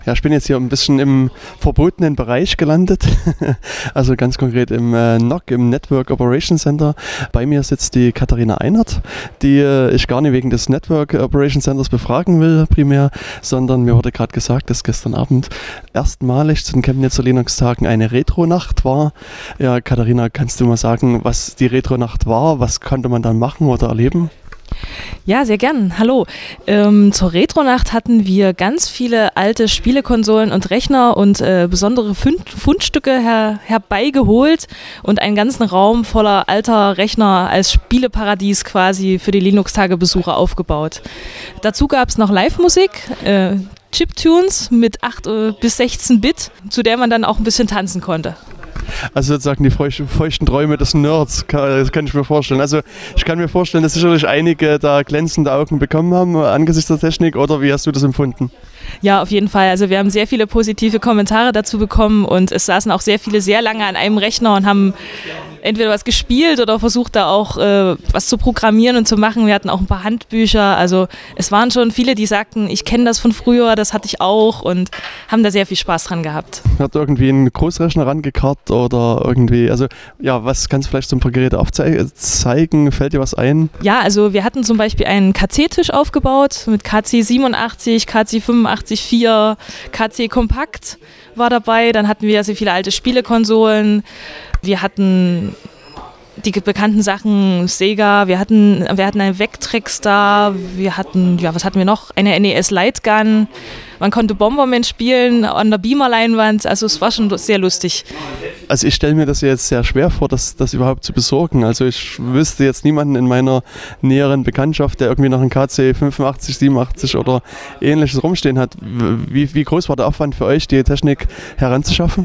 Ja, ich bin jetzt hier ein bisschen im verbotenen Bereich gelandet, also ganz konkret im NOC, im Network Operations Center. Bei mir sitzt die Katharina Einert, die ich gar nicht wegen des Network Operations Centers befragen will primär, sondern mir wurde gerade gesagt, dass gestern Abend erstmalig zu den Chemnitzer Linux-Tagen eine Retro-Nacht war. Ja, Katharina, kannst du mal sagen, was die Retro-Nacht war? Was konnte man dann machen oder erleben? Ja, sehr gern. Hallo. Zur Retronacht hatten wir ganz viele alte Spielekonsolen und Rechner und besondere Fundstücke herbeigeholt und einen ganzen Raum voller alter Rechner als Spieleparadies quasi für die Linux-Tage-Besucher aufgebaut. Dazu gab es noch Live-Musik, Chiptunes mit 8 bis 16 Bit, zu der man dann auch ein bisschen tanzen konnte. Also sozusagen die feuchten Träume des Nerds, das kann ich mir vorstellen. Also ich kann mir vorstellen, dass sicherlich einige da glänzende Augen bekommen haben angesichts der Technik, oder wie hast du das empfunden? Ja, auf jeden Fall. Also wir haben sehr viele positive Kommentare dazu bekommen und es saßen auch sehr viele sehr lange an einem Rechner und haben entweder was gespielt oder versucht da auch was zu programmieren und zu machen. Wir hatten auch ein paar Handbücher, also es waren schon viele, die sagten, ich kenne das von früher, das hatte ich auch und haben da sehr viel Spaß dran gehabt. Hat irgendwie einen Großrechner rangekarrt oder irgendwie, also ja, was kannst du vielleicht so ein paar Geräte aufzeigen? Fällt dir was ein? Ja, also wir hatten zum Beispiel einen KC-Tisch aufgebaut mit KC 87, KC 85.4, KC Kompakt war dabei, dann hatten wir sehr viele alte Spielekonsolen. Wir hatten die bekannten Sachen Sega, wir hatten einen Vectrex da, wir hatten, ja, was hatten wir noch? Eine NES Lightgun. Man konnte Bomberman spielen an der Beamer-Leinwand, also es war schon sehr lustig. Also ich stelle mir das jetzt sehr schwer vor, das überhaupt zu besorgen. Also ich wüsste jetzt niemanden in meiner näheren Bekanntschaft, der irgendwie noch einen KC 85, 87 oder ähnliches rumstehen hat. Wie groß war der Aufwand für euch, die Technik heranzuschaffen?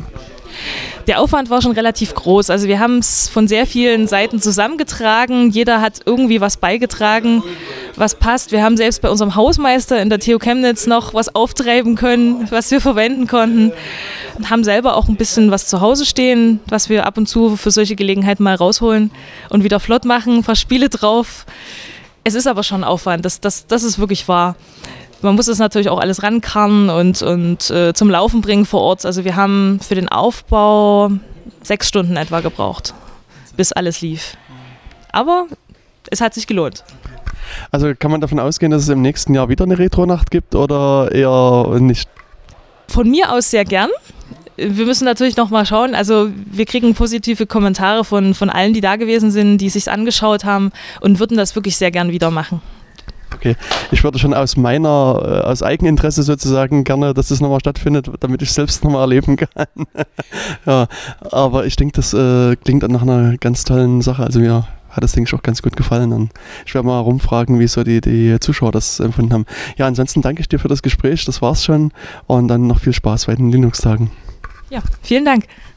Der Aufwand war schon relativ groß. Also wir haben es von sehr vielen Seiten zusammengetragen. Jeder hat irgendwie was beigetragen, was passt. Wir haben selbst bei unserem Hausmeister in der TU Chemnitz noch was auftreiben können, was wir verwenden konnten. Und haben selber auch ein bisschen was zu Hause stehen, was wir ab und zu für solche Gelegenheiten mal rausholen und wieder flott machen, ein paar Spiele drauf. Es ist aber schon Aufwand, das ist wirklich wahr. Man muss es natürlich auch alles rankarren und zum Laufen bringen vor Ort. Also wir haben für den Aufbau 6 Stunden etwa gebraucht, bis alles lief. Aber es hat sich gelohnt. Also kann man davon ausgehen, dass es im nächsten Jahr wieder eine Retro-Nacht gibt oder eher nicht? Von mir aus sehr gern. Wir müssen natürlich noch mal schauen. Also wir kriegen positive Kommentare von allen, die da gewesen sind, die es sich angeschaut haben und würden das wirklich sehr gern wieder machen. Okay, ich würde schon aus Eigeninteresse sozusagen gerne, dass das nochmal stattfindet, damit ich es selbst nochmal erleben kann. Ja, aber ich denke, das klingt nach einer ganz tollen Sache. Also mir hat das, denke ich, auch ganz gut gefallen. Und ich werde mal rumfragen, wie so die Zuschauer das empfunden haben. Ja, ansonsten danke ich dir für das Gespräch, das war's schon. Und dann noch viel Spaß bei den Linux-Tagen. Ja, vielen Dank.